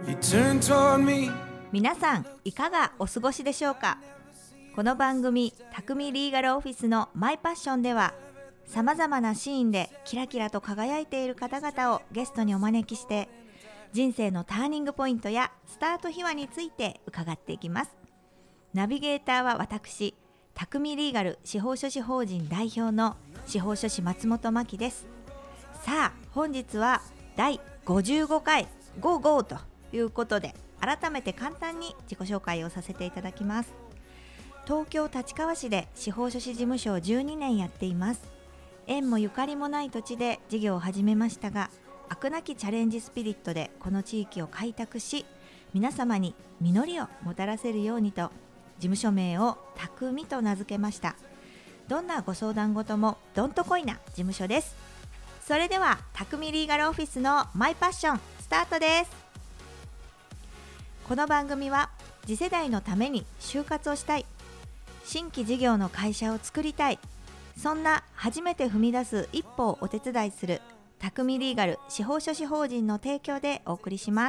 皆さんいかがお過ごしでしょうか。この番組匠リーガルオフィスのマイパッションでは、さまざまなシーンでキラキラと輝いている方々をゲストにお招きして、人生のターニングポイントやスタート秘話について伺っていきます。ナビゲーターは私、匠リーガル司法書士法人代表の司法書士松本真希です。さあ本日は第55回55ということで、改めて簡単に自己紹介をさせていただきます。東京立川市で司法書士事務所を12年やっています。縁もゆかりもない土地で事業を始めましたが、飽くなきチャレンジスピリットでこの地域を開拓し、皆様に実りをもたらせるようにと、事務所名を匠と名付けました。どんなご相談事もどんとこいな事務所です。それでは匠リーガルオフィスのマイパッションスタートです。この番組は次世代のために就活をしたい、新規事業の会社を作りたい、そんな初めて踏み出す一歩をお手伝いする匠リーガル司法書士法人の提供でお送りします。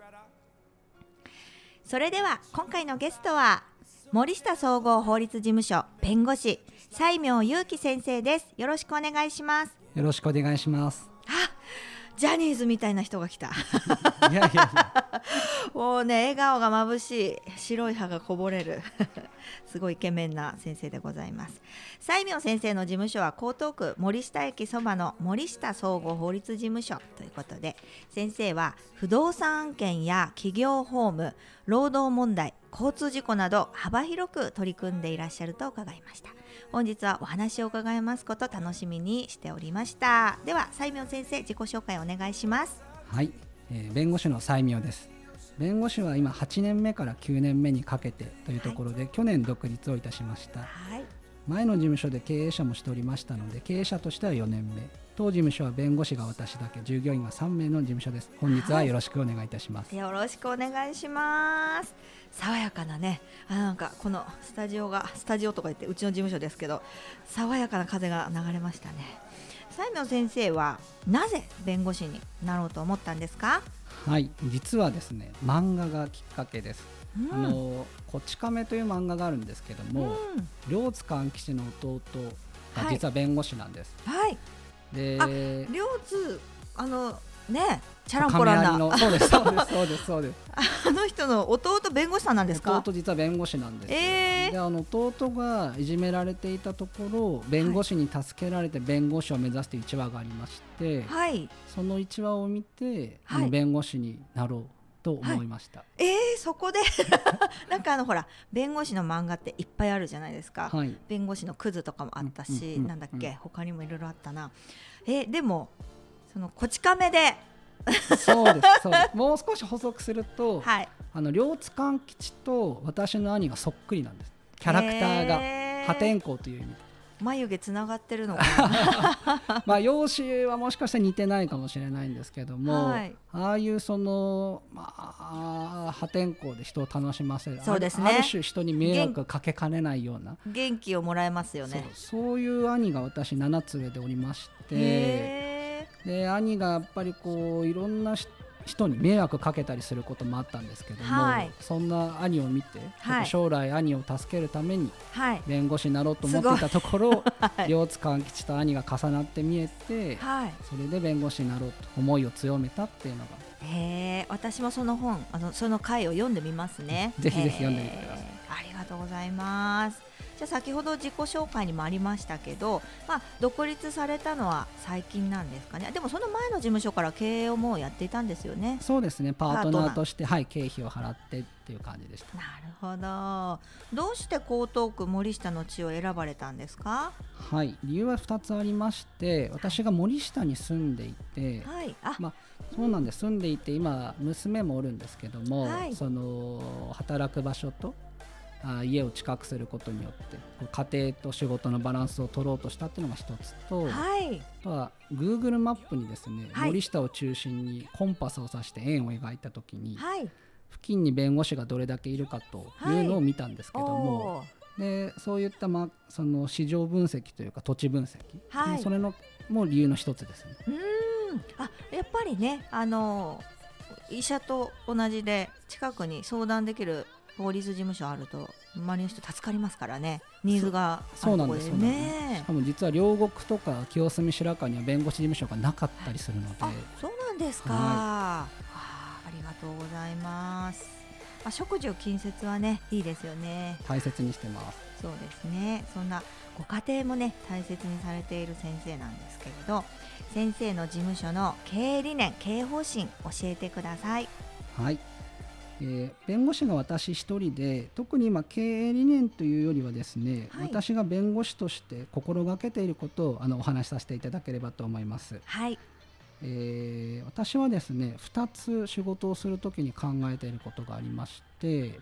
それでは今回のゲストは森下総合法律事務所弁護士西明祐樹先生です。よろしくお願いします。 よろしくお願いします。 ジャニーズみたいな人が来たいやいやいやもうね、笑顔が眩しい、白い歯がこぼれるすごいイケメンな先生でございます。西明先生の事務所は江東区森下駅そばの森下総合法律事務所ということで、先生は不動産案件や企業法務、労働問題、交通事故など幅広く取り組んでいらっしゃると伺いました。本日はお話を伺いますこと楽しみにしておりました。では西明先生、自己紹介お願いします。 はい、弁護士の西明です。弁護士は今8年目から9年目にかけてというところで、去年独立をいたしました。前の事務所で経営者もしておりましたので、経営者としては4年目、当事務所は弁護士が私だけ、従業員が3名の事務所です。本日はよろしくお願いいたします。 よろしくお願いします。爽やかなね、なんかこのスタジオとか言ってうちの事務所ですけど、爽やかな風が流れましたね。西明先生はなぜ弁護士になろうと思ったんですか？ はい、実はですね、漫画がきっかけです。こち亀という漫画があるんですけども、両津勘吉の弟が実は弁護士なんです。で、 両津ね、チャランポランなそうですそうですあの人の弟弁護士さんなんですか？ 弟実は弁護士なんです。で、弟がいじめられていたところ、弁護士に助けられて弁護士を目指すという1話がありまして、その1話を見て、弁護士になろうと思いました。 そこでなんかほら、弁護士の漫画っていっぱいあるじゃないですか。弁護士のクズとかもあったし、なんだっけ、他にもいろいろあったな。でもそのこち亀でそうですもう少し補足すると、両津勘吉と私の兄がそっくりなんです。キャラクターが破天荒という意味で眉毛つながってるのかな容姿はもしかしたら似てないかもしれないんですけども、ああいう破天荒で人を楽しませる、 そうですね、 ある種人に迷惑かけかねないような元気をもらえますよね。 そういう兄が私7つ上でおりまして、で兄がやっぱりこういろんな人に迷惑かけたりすることもあったんですけども、そんな兄を見て、将来兄を助けるために弁護士になろうと思っていたところ、両津勘吉と兄が重なって見えて、それで弁護士になろうと思いを強めたっていうのが。 私もその本、その回を読んでみますね。 ぜひぜひ読んでみてください。 ありがとうございます。じゃあ先ほど自己紹介にもありましたけど、独立されたのは最近なんですかね。でもその前の事務所から経営をもうやっていたんですよね。 そうですね、パートナーとして、経費を払ってっていう感じでした。 なるほど。どうして江東区森下の地を選ばれたんですか？ 理由は2つありまして、私が森下に住んでいて、そうなんです、住んでいて今娘もおるんですけども、その働く場所と家を近くすることによって家庭と仕事のバランスを取ろうとしたっていうのが一つと、あとは Google マップにですね、森下を中心にコンパスを指して円を描いたときに、付近に弁護士がどれだけいるかというのを見たんですけども、でそういった、その市場分析というか土地分析、それのも理由の一つですね。 やっぱりね、 医者と同じで近くに相談できる法律事務所あると周りの人助かりますからね。ニーズがあるところでね。 しかも実は両国とか清澄白河には弁護士事務所がなかったりするので。 あ、そうなんですか、ありがとうございます。食事を近接はねいいですよね。 大切にしてます。 そうですね。そんなご家庭もね大切にされている先生なんですけれど、先生の事務所の経営理念、経営方針教えてください。 はい、弁護士が私一人で、特に今経営理念というよりはですね、はい、私が弁護士として心がけていることをお話しさせていただければと思います。 はい。 私はですね2つ仕事をするときに考えていることがありまして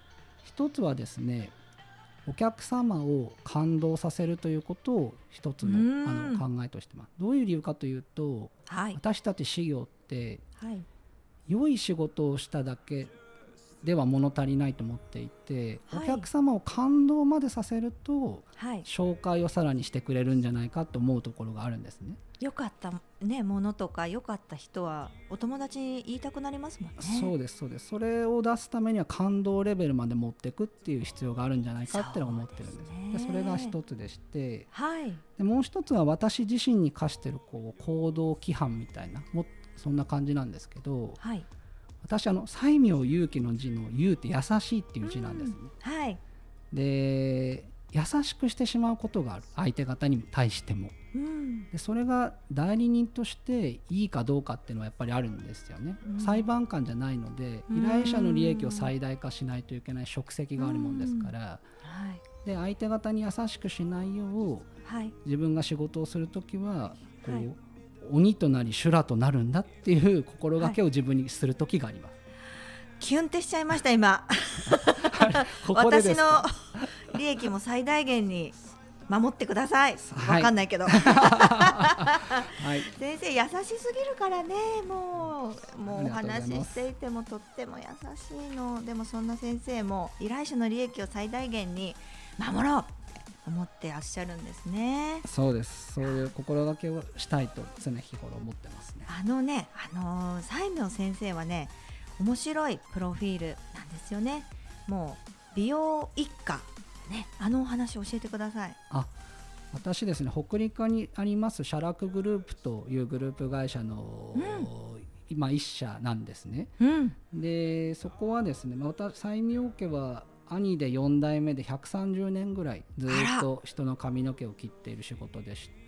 、1つはですねお客様を感動させるということを一つの考えとしてます。どういう理由かというと、はい、私たち事業って、はい、良い仕事をしただけでは物足りないと思っていて、はい、お客様を感動までさせると、はい、紹介をさらにしてくれるんじゃないかと思うところがあるんですね。 良かった、ね、ものとか良かった人はお友達に言いたくなりますもんね。 そうですそうです。それを出すためには感動レベルまで持っていくっていう必要があるんじゃないかって思ってるんです。でそれが一つでして、はい、でもう一つは私自身に課している行動規範みたいなそんな感じなんですけど、はい、私西明勇気の字の勇って優しいっていう字なんですね、はい、で優しくしてしまうことがある、相手方に対しても、でそれが代理人としていいかどうかっていうのはやっぱりあるんですよね、裁判官じゃないので依頼者の利益を最大化しないといけない職責があるもんですから、はい、で相手方に優しくしないよう、はい、自分が仕事をするときはこう、はい、鬼となり修羅となるんだっていう心がけを自分にするときがあります、はい、 キュンってしちゃいました今ここでですか。私の利益も最大限に守ってください。分かんないけど、はい、先生優しすぎるからね。もうお話ししていてもとっても優しいの。でもそんな先生も依頼者の利益を最大限に守ろう思ってらっしゃるんですね。 そうです。そういう心がけをしたいと常日頃思ってますね。 西明先生はね面白いプロフィールなんですよね。もう美容一家ね、お話教えてください。 私ですね、北理科にあります写楽グループというグループ会社の、今一社なんですね、でそこはですね、西明家は兄で4代目で130年ぐらいずっと人の髪の毛を切っている仕事でして、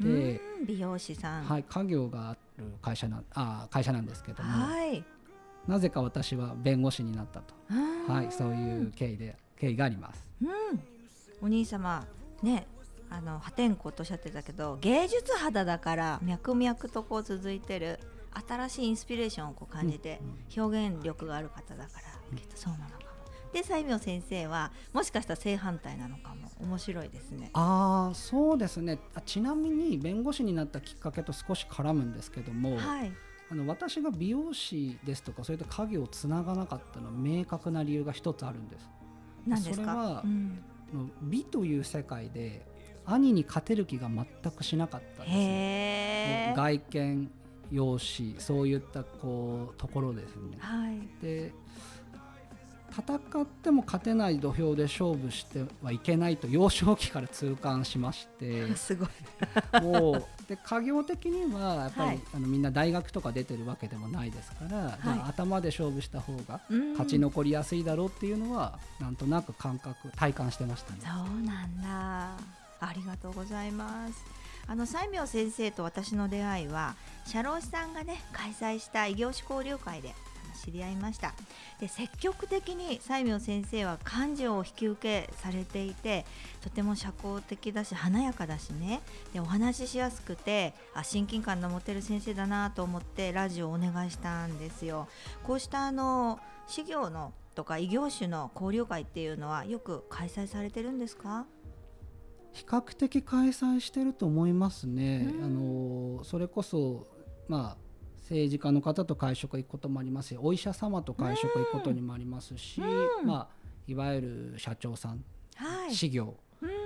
美容師さん、 はい、家業がある会社なんですけども、はい、なぜか私は弁護士になったと、はい、そういう経緯があります、 お兄様ね、破天荒とおっしゃってたけど芸術肌だから脈々とこう続いてる新しいインスピレーションをこう感じて、表現力がある方だからきっとそうなのかも。で西明先生はもしかしたら正反対なのかも。面白いですね。 そうですね。ちなみに弁護士になったきっかけと少し絡むんですけども、はい、私が美容師ですとかそれと家業をつながなかったのは明確な理由が一つあるんです。 何ですか？ それは、美という世界で兄に勝てる気が全くしなかったんですね。外見、容姿、そういったところですね、はい、で戦っても勝てない土俵で勝負してはいけないと幼少期から痛感しましてすごいもうで家業的にはやっぱり、はい、みんな大学とか出てるわけでもないですから、はい、じゃあ頭で勝負した方が勝ち残りやすいだろうっていうのはなんとなく体感してましたね。 そうなんだ。ありがとうございます。西明先生と私の出会いは社労士さんがね開催した異業種交流会で知り合いました。で積極的に西明先生は幹事を引き受けされていてとても社交的だし華やかだしね、でお話ししやすくて親近感の持てる先生だなと思ってラジオをお願いしたんですよ。こうした事業のとか異業種の交流会っていうのはよく開催されてるんですか？ 比較的開催してると思いますね、それこそ政治家の方と会食行くこともありますし、お医者様と会食行くことにもありますし、いわゆる社長さん、事業、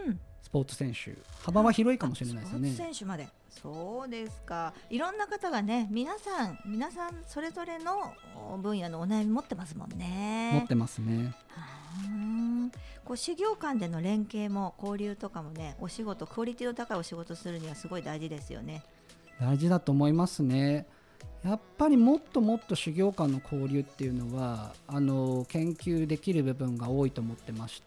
スポーツ選手、幅は広いかもしれないですよね。 スポーツ選手まで。そうですか。いろんな方がね、皆さんそれぞれの分野のお悩み持ってますもんね。 持ってますね。 こう修行間での連携も交流とかもね、お仕事クオリティの高いお仕事するにはすごい大事ですよね。 大事だと思いますね。やっぱりもっともっと修行間の交流っていうのは研究できる部分が多いと思ってまして、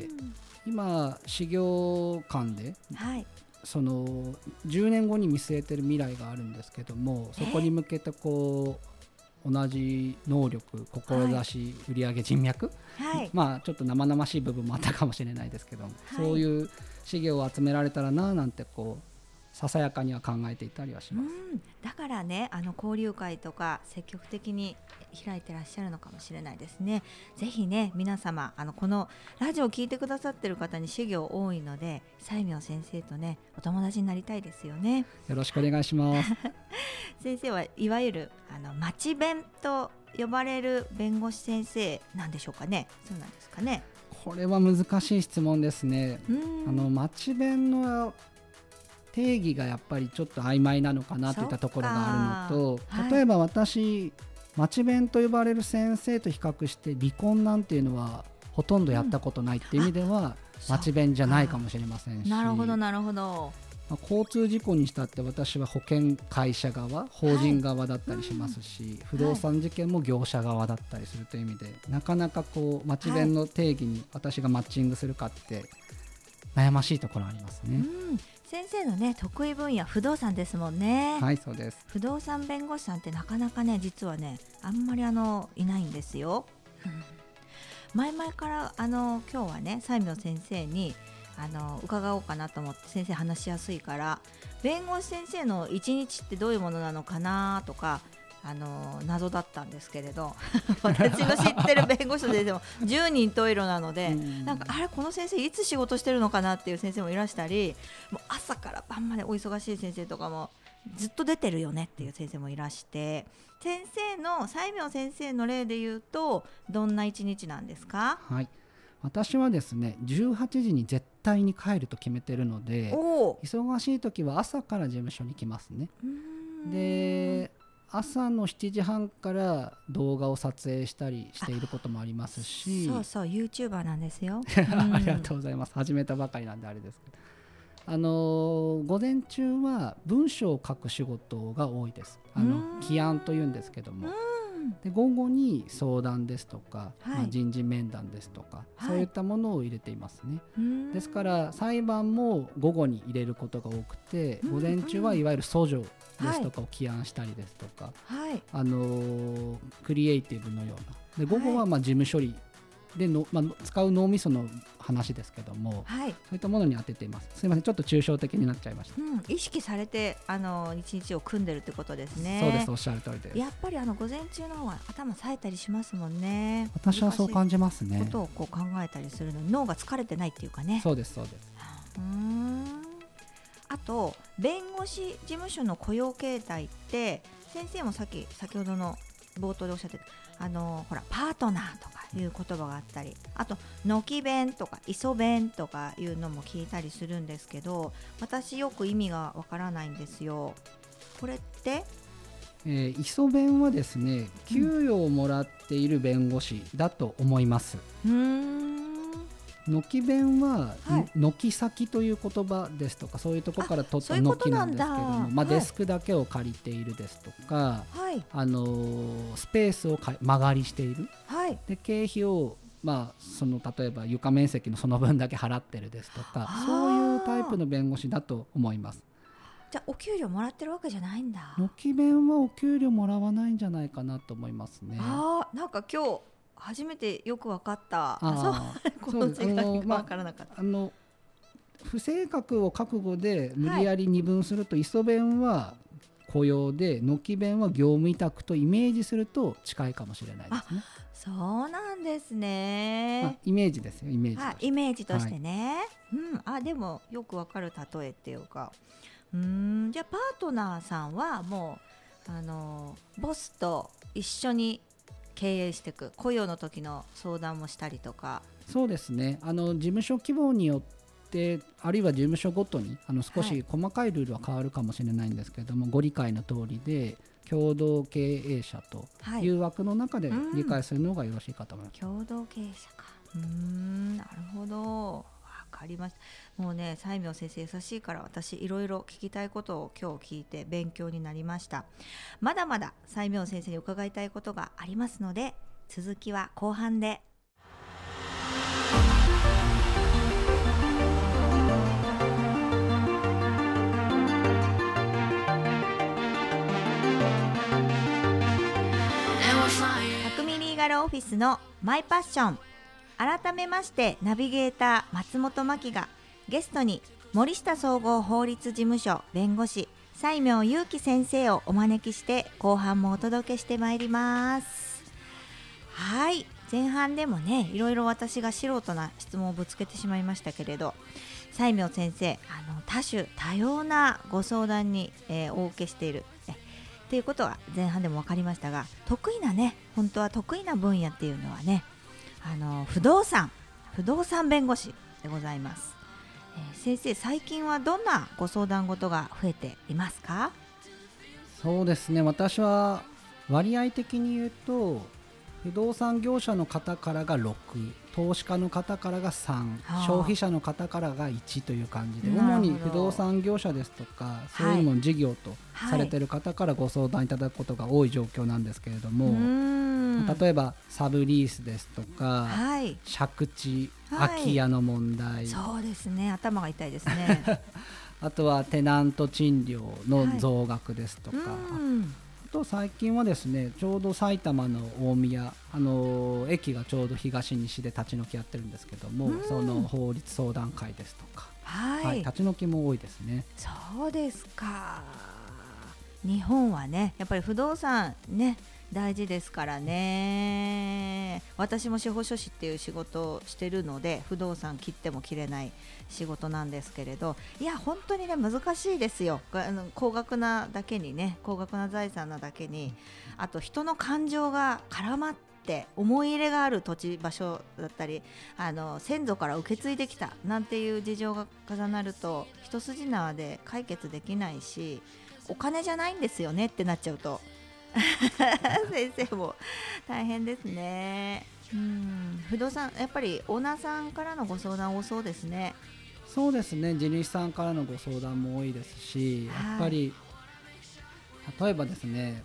今修行間で、その10年後に見据えてる未来があるんですけども、そこに向けてこう同じ能力、志、売上、人脈、まあちょっと生々しい部分もあったかもしれないですけども、そういう資料を集められたらななんてこうささやかには考えていたりはします。 だからね、交流会とか積極的に開いてらっしゃるのかもしれないですね。ぜひね、皆様このラジオを聞いてくださってる方に修行多いので、西明先生とねお友達になりたいですよね。 よろしくお願いします先生はいわゆる町弁と呼ばれる弁護士先生なんでしょうかね。そうなんですかね。 これは難しい質問ですね。町弁の定義がやっぱりちょっと曖昧なのかなといったところがあるのと、例えば私、町弁と呼ばれる先生と比較して離婚なんていうのはほとんどやったことないっていう意味では、町弁じゃないかもしれませんし、 なるほどなるほど。 交通事故にしたって私は保険会社側、法人側だったりしますし、不動産事件も業者側だったりするという意味で、なかなかこう町弁の定義に私がマッチングするかって悩ましいところありますね。 先生のね得意分野不動産ですもんね。 はい、そうです。 不動産弁護士さんってなかなかね、実はねあんまりいないんですよ。前々から今日はね西明先生に伺おうかなと思って、先生話しやすいから弁護士先生の一日ってどういうものなのかなとか謎だったんですけれど私の知ってる弁護士でも10人十色なので、なんかこの先生いつ仕事してるのかなっていう先生もいらしたり、もう朝から晩までお忙しい先生とかもずっと出てるよねっていう先生もいらして、西明先生の例で言うとどんな一日なんですか？ はい、私はですね18時に絶対に帰ると決めてるので、忙しい時は朝から事務所に来ますね。で朝の7時半から動画を撮影したりしていることもありますし、 そう YouTuber なんですよありがとうございます。始めたばかりなんであれですけど、午前中は文章を書く仕事が多いです。起案というんですけども、で午後に相談ですとか、人事面談ですとか、そういったものを入れていますね。ですから裁判も午後に入れることが多くて、午前中はいわゆる訴状ですとかを起案したりですとか、クリエイティブのようなで、午後は事務処理で使う脳みその話ですけども、そういったものに当てています。すいません、ちょっと抽象的になっちゃいました。 意識されて一日を組んでるってことですね。 そうです、おっしゃる通りです。 やっぱり午前中の方が頭冴えたりしますもんね。 私はそう感じますね。 ことをこう考えたりするのに脳が疲れてないっていうかね。 そうですそうです。 あと弁護士事務所の雇用形態って先生も先ほどの冒頭でおっしゃってたほらパートナーとかいう言葉があったり、あと軒弁とか磯弁とかいうのも聞いたりするんですけど、私よく意味がわからないんですよ。これって磯弁はですね、給与をもらっている弁護士だと思います。軒弁は、軒先という言葉ですとか、そういうところから取った軒なんですけども、デスクだけを借りているですとか、スペースを間借りしている、で経費を例えば床面積のその分だけ払ってるですとか、そういうタイプの弁護士だと思います。 じゃあお給料もらってるわけじゃないんだ。 軒弁はお給料もらわないんじゃないかなと思いますね。 なんか今日初めてよく分かった。この違いが分からなかった。 不正確を覚悟で無理やり二分すると、磯弁は雇用で軒弁は業務委託とイメージすると近いかもしれないですね。 そうなんですね。 イメージですよ、イメージ。 イメージとしてね。でもよく分かる例えっていうか、じゃあパートナーさんはもうボスと一緒に経営していく、雇用の時の相談もしたりとか。 そうですね、事務所規模によっであるいは事務所ごとに少し細かいルールは変わるかもしれないんですけども、ご理解の通りで共同経営者という枠の中で理解するのがよろしいかと思います。 共同経営者か。なるほど、わかりました。もうね、西明先生優しいから私いろいろ聞きたいことを今日聞いて勉強になりました。まだまだ西明先生に伺いたいことがありますので、続きは後半で。匠リーガルオフィスのマイパッション。改めましてナビゲーター松本真希がゲストに森下総合法律事務所弁護士西明祐樹先生をお招きして後半もお届けしてまいります。はい、前半でもねいろいろ私が素人な質問をぶつけてしまいましたけれど、西明先生多種多様なご相談に、お受けしているっていうことは前半でも分かりましたが、得意なね、本当は得意な分野っていうのはね、不動産弁護士でございます。先生、最近はどんなご相談事が増えていますか？ そうですね、私は割合的に言うと不動産業者の方からが6、投資家の方からが3、消費者の方からが1という感じで、主に不動産業者ですとかそういうのを事業とされている方からご相談いただくことが多い状況なんですけれども、例えばサブリースですとか、借地、空き家の問題、 そうですね、頭が痛いですねあとはテナント賃料の増額ですとか、と最近はですね、ちょうど埼玉の大宮、駅がちょうど東西で立ち退きやってるんですけども、その法律相談会ですとか、立ち退きも多いですね。 そうですか。日本はねやっぱり不動産ね大事ですからね。私も司法書士っていう仕事をしてるので不動産切っても切れない仕事なんですけれど、いや本当にね難しいですよ。高額なだけにね、高額な財産なだけに、あと人の感情が絡まって思い入れがある土地場所だったり、先祖から受け継いできたなんていう事情が重なると一筋縄で解決できないし、お金じゃないんですよねってなっちゃうと先生も大変ですね。不動産やっぱりオーナーさんからのご相談多そうですね。 そうですね、地主さんからのご相談も多いですし、やっぱり例えばですね、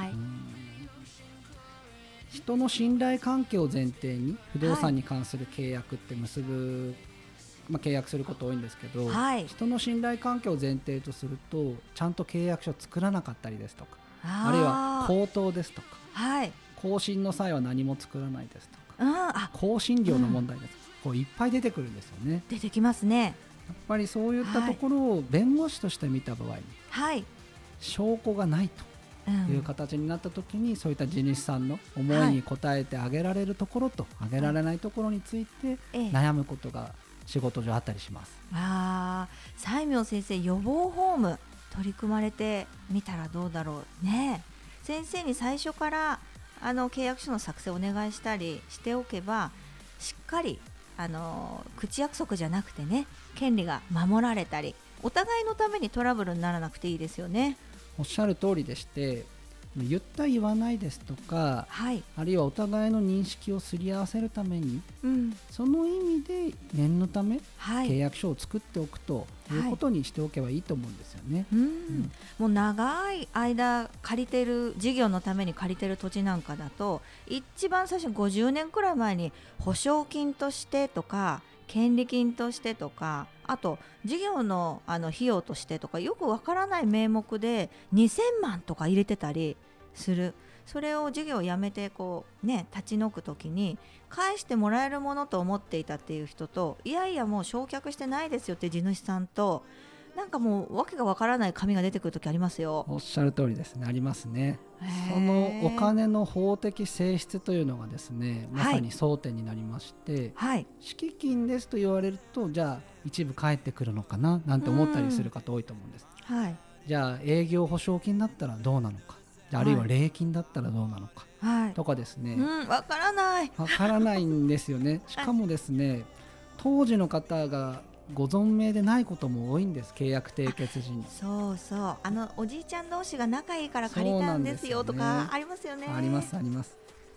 人の信頼関係を前提に不動産に関する契約って契約すること多いんですけど、人の信頼関係を前提とするとちゃんと契約書を作らなかったりですとか、あるいは口頭ですとか、更新の際は何も作らないですとか、更新料の問題ですとか、こういっぱい出てくるんですよね。 出てきますね。やっぱりそういったところを弁護士として見た場合に、証拠がないという形になった時に、そういった地主さんの思いに応えてあげられるところとあげられないところについて悩むことが仕事上あったりします。 西明先生、予防ホーム取り組まれてみたらどうだろうね。先生に最初から契約書の作成をお願いしたりしておけば、しっかり口約束じゃなくてね、権利が守られたり、お互いのためにトラブルにならなくていいですよね。 おっしゃる通りでして、言った言わないですとか、あるいはお互いの認識をすり合わせるために、その意味で念のため契約書を作っておくということにしておけばいいと思うんですよね。 もう長い間借りてる事業のために借りてる土地なんかだと、一番最初50年くらい前に保証金としてとか権利金としてとか、あと事業の費用としてとか、よくわからない名目で2000万とか入れてたりする。それを事業をやめて立ち退くときに返してもらえるものと思っていたっていう人と、いやいやもう償却してないですよって地主さんと、なんかもうわけがわからない紙が出てくるときありますよ。 おっしゃる通りですね、ありますね。そのお金の法的性質というのがですね、まさに争点になりまして、敷金ですと言われると、じゃあ一部返ってくるのかななんて思ったりする方多いと思うんです。じゃあ営業保証金だったらどうなのか、あるいは礼金だったらどうなのか、とかですね、 わからないんですよね。しかもですね、当時の方がご存命でないことも多いんです、契約締結時に。 そうそう、おじいちゃん同士が仲いいから借りたんですよとかありますよね。 ありますあります。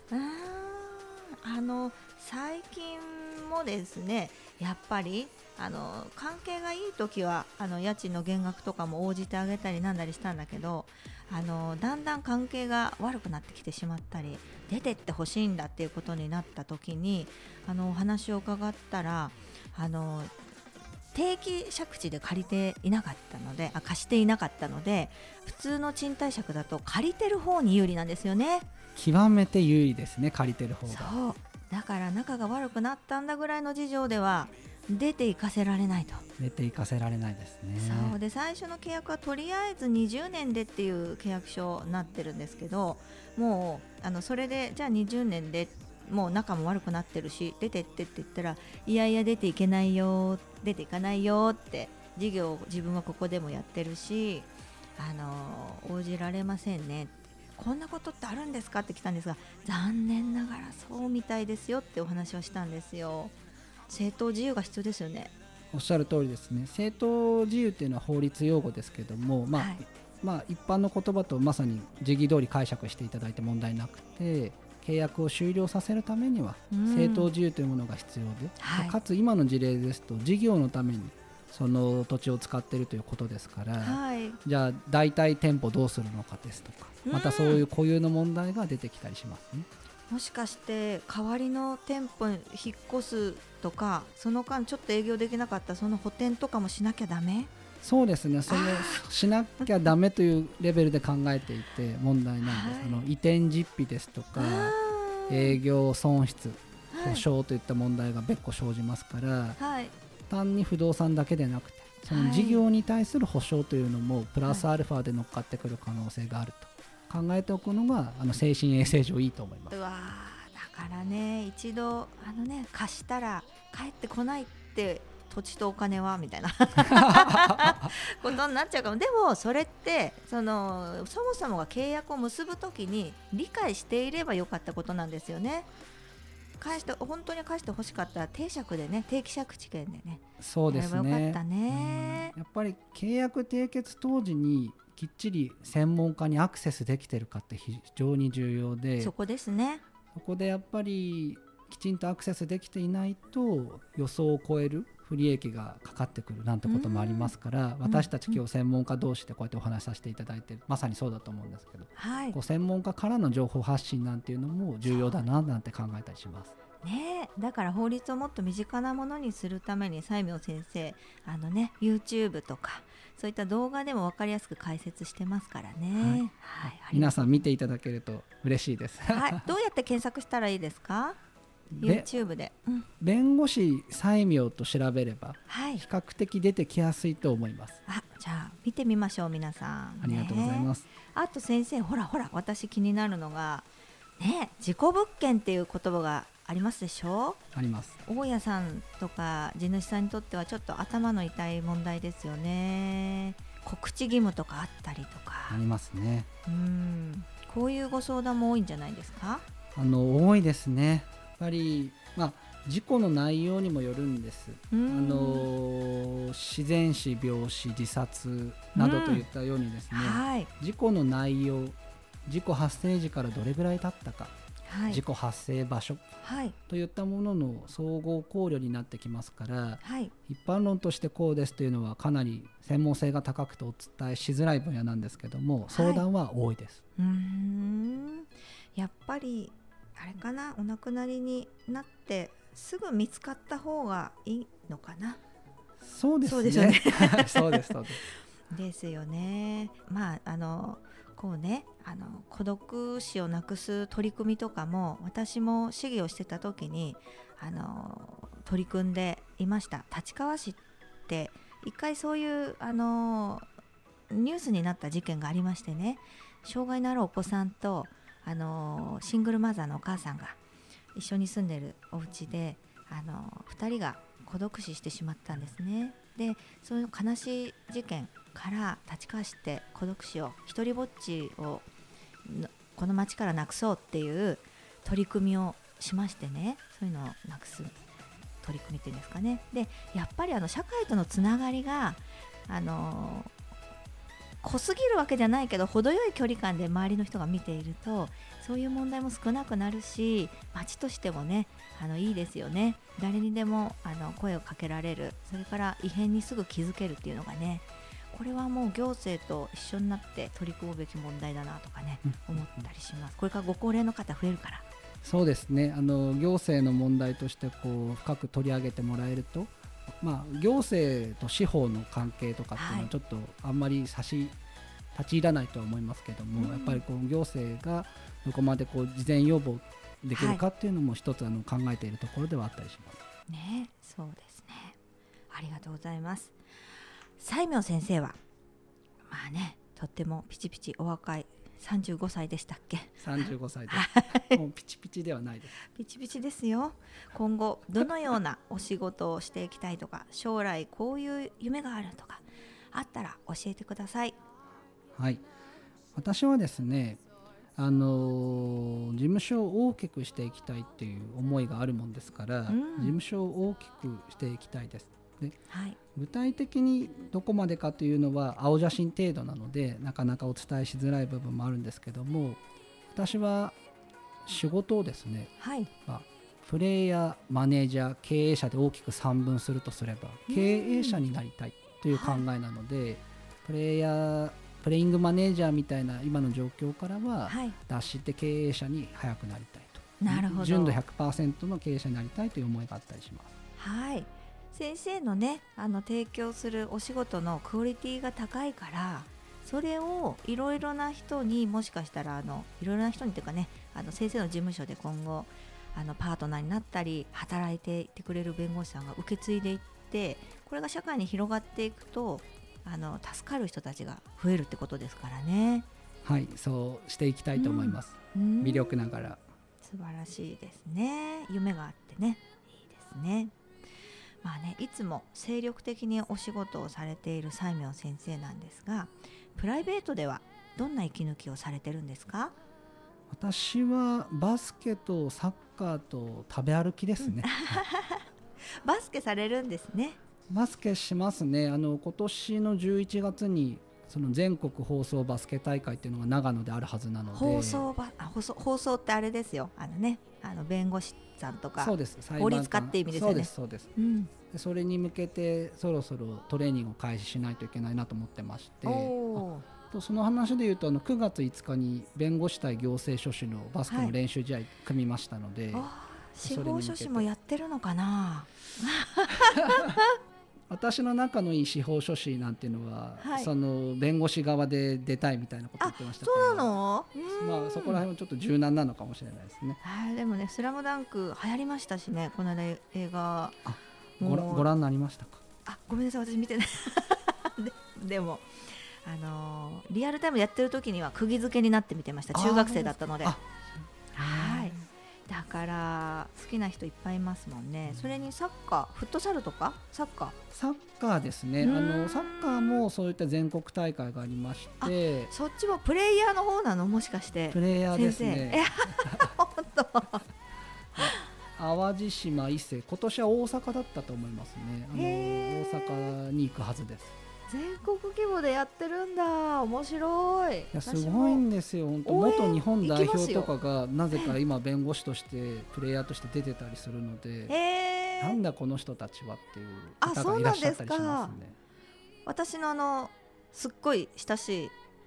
最近もですね、やっぱり関係がいい時は家賃の減額とかも応じてあげたりなんだりしたんだけど、だんだん関係が悪くなってきてしまったり、出てってほしいんだっていうことになった時にお話を伺ったら、定期借地で借りていなかったので、貸していなかったので、普通の賃貸借だと借りてる方に有利なんですよね。 極めて有利ですね、借りてる方が。 そうだから、仲が悪くなったんだぐらいの事情では出て行かせられないと。 出て行かせられないですね。 そうで、最初の契約はとりあえず20年でっていう契約書になってるんですけど、もうそれでじゃあ20年でもう仲も悪くなってるし出てってって言ったら、いやいや出ていけないよ、出ていかないよって、事業自分はここでもやってるし応じられませんね、こんなことってあるんですかって来たんですが、残念ながらそうみたいですよってお話をしたんですよ。正当自由が必要ですよね。 おっしゃる通りですね。正当自由っていうのは法律用語ですけども、一般の言葉とまさに時宜通り解釈していただいて問題なくて、契約を終了させるためには正当自由というものが必要で、かつ今の事例ですと事業のためにその土地を使っているということですから、じゃあ代替店舗どうするのかですとか、またそういう固有の問題が出てきたりしますね。 もしかして代わりの店舗に引っ越すとか、その間ちょっと営業できなかったその補填とかもしなきゃダメ？ そうですね、そのしなきゃダメというレベルで考えていて問題なんです。移転実費ですとか営業損失、保証といった問題が別個生じますから、単に不動産だけでなくてその事業に対する保証というのもプラスアルファで乗っかってくる可能性があると考えておくのが精神衛生上いいと思います。 だからね、一度貸したら帰ってこないって、土地とお金はみたいなことになっちゃうかも。でもそれってそもそもが契約を結ぶときに理解していればよかったことなんですよね。本当に返してほしかったら定借でね、定期借地権でね、 そうですね、 やればよかったね。 やっぱり契約締結当時にきっちり専門家にアクセスできてるかって非常に重要で、 そこですね。 そこでやっぱりきちんとアクセスできていないと予想を超える不利益がかかってくるなんてこともありますから、私たち今日専門家同士でこうやってお話しさせていただいてまさにそうだと思うんですけど、こう専門家からの情報発信なんていうのも重要だななんて考えたりしますね。だから法律をもっと身近なものにするために西明先生YouTube とかそういった動画でも分かりやすく解説してますからね。 皆さん見ていただけると嬉しいです。 どうやって検索したらいいですか？ YouTube で、 弁護士西明と調べれば比較的出てきやすいと思います。 じゃあ見てみましょう皆さん、 ありがとうございます。 あと先生、ほら私気になるのがね、事故物件っていう言葉がありますでしょ？ あります。 大家さんとか地主さんにとってはちょっと頭の痛い問題ですよね。告知義務とかあったりとかありますね。 こういうご相談も多いんじゃないですか？ 多いですね。やっぱり、事故の内容にもよるんです。自然死、病死、自殺などといったようにですね、事故の内容、事故発生時からどれぐらい経ったか、事故発生場所、といったものの総合考慮になってきますから、一般論としてこうですというのはかなり専門性が高くてお伝えしづらい分野なんですけども、相談は多いです。 やっぱりあれかな、お亡くなりになってすぐ見つかった方がいいのかな。 そうですね。 そうですよねそうですですよね。こうね、孤独死をなくす取り組みとかも私も市議をしてた時に取り組んでいました。立川市って一回そういうニュースになった事件がありましてね、障害のあるお子さんとシングルマザーのお母さんが一緒に住んでるお家で2人が孤独死してしまったんですね。でそういう悲しい事件から立川市って孤独死を一人ぼっちをこの町からなくそうっていう取り組みをしましてね、そういうのをなくす取り組みっていうんですかね。でやっぱり社会とのつながりが濃すぎるわけじゃないけど程よい距離感で周りの人が見ているとそういう問題も少なくなるし、街としてもねいいですよね。誰にでも声をかけられる、それから異変にすぐ気づけるっていうのがね、これはもう行政と一緒になって取り組むべき問題だなとかね、思ったりします。これからご高齢の方増えるから。 そうですね、行政の問題として深く取り上げてもらえると、行政と司法の関係とかっていうのはちょっとあんまり立ち入らないとは思いますけども、やっぱり行政がどこまで事前予防できるかっていうのも一つ考えているところではあったりしますね。そうですね、ありがとうございます。西明先生はとってもピチピチお若い35歳でしたっけ ？35歳ですもうピチピチではないです。 ピチピチですよ。今後どのようなお仕事をしていきたいとか、将来こういう夢があるとかあったら教えてください。 はい、私はですね、事務所を大きくしていきたいっていう思いがあるもんですから、事務所を大きくしていきたいです。で、具体的にどこまでかというのは青写真程度なのでなかなかお伝えしづらい部分もあるんですけども、私は仕事をですね、プレイヤー、マネージャー、経営者で大きく3分するとすれば経営者になりたいという考えなので、プレイングマネージャーみたいな今の状況からは脱して経営者に早くなりたいと、 なるほど、 純度 100% の経営者になりたいという思いがあったりします。 はい、先生のね提供するお仕事のクオリティが高いから、それをいろいろな人に、もしかしたらいろいろな人にというかね、先生の事務所で今後パートナーになったり働いていてくれる弁護士さんが受け継いでいって、これが社会に広がっていくと助かる人たちが増えるってことですからね。 はい、そうしていきたいと思います。微力ながら。 素晴らしいですね。夢があってね、いいですね。いつも精力的にお仕事をされている西明先生なんですが、プライベートではどんな息抜きをされてるんですか？ 私はバスケとサッカーと食べ歩きですね。 バスケされるんですね。 バスケしますね。今年の11月にその全国放送バスケ大会っていうのが長野であるはずなので、 放送ってあれですよ、弁護士さんとか法律家って意味ですよね。 そうです、それに向けてそろそろトレーニングを開始しないといけないなと思ってまして、その話でいうと9月5日に弁護士対行政書士のバスケの練習試合組みましたので、 司法書士もやってるのかな。 私の仲のいい司法書士なんていうのは、その弁護士側で出たいみたいなこと言ってましたから。 そうなの？ そこら辺はちょっと柔軟なのかもしれないですね。 でもね、スラムダンク流行りましたしね、この間映画ご覧になりましたか？ ごめんなさい、私見てないでもリアルタイムやってる時には釘付けになって見てました。中学生だったので。だから好きな人いっぱいいますもんね。それにサッカー、フットサルとかサッカーですね。サッカーもそういった全国大会がありまして。 そっちもプレイヤーの方なの？もしかしてプレイヤーですね。 本当淡路島伊勢、今年は大阪だったと思いますね。大阪に行くはずです。 全国規模でやってるんだ。面白い。 すごいんですよ。本当元日本代表とかがなぜか今弁護士としてプレイヤーとして出てたりするので、なんだこの人たちはっていう方がいらっしゃったりしますね。 私のすっごい親しい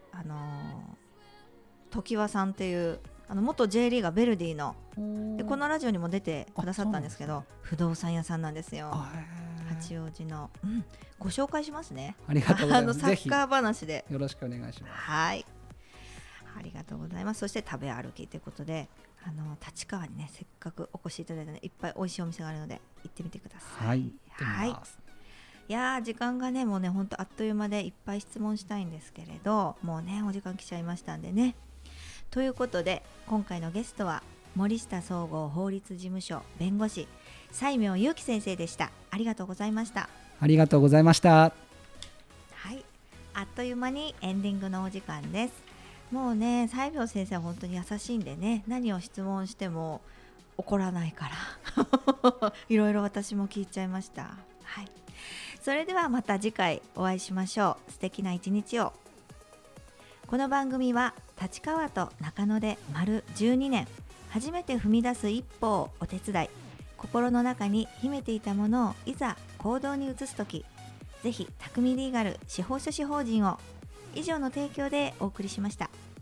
常盤さんっていう元 J リーガーベルディので、このラジオにも出てくださったんですけど、不動産屋さんなんですよ。八王子の、ご紹介しますね。 ありがとうございます。 サッカー話でよろしくお願いします。 はい、ありがとうございます。そして食べ歩きということで、立川にね、せっかくお越しいただいたのでいっぱい美味しいお店があるので行ってみてください。いや時間がね、もうね、本当あっという間でいっぱい質問したいんですけれど、もうねお時間来ちゃいましたんでね。ということで今回のゲストは森下総合法律事務所弁護士西明裕樹先生でした。ありがとうございました。 ありがとうございました。 はい、あっという間にエンディングのお時間です。もうね、西明先生は本当に優しいんでね、何を質問しても怒らないかいろいろ私も聞いちゃいました。はい、それではまた次回お会いしましょう。素敵な一日を。この番組は立川と中野で丸12年、初めて踏み出す一歩をお手伝い、心の中に秘めていたものをいざ行動に移すとき、ぜひ匠リーガル司法書士法人を以上の提供でお送りしました。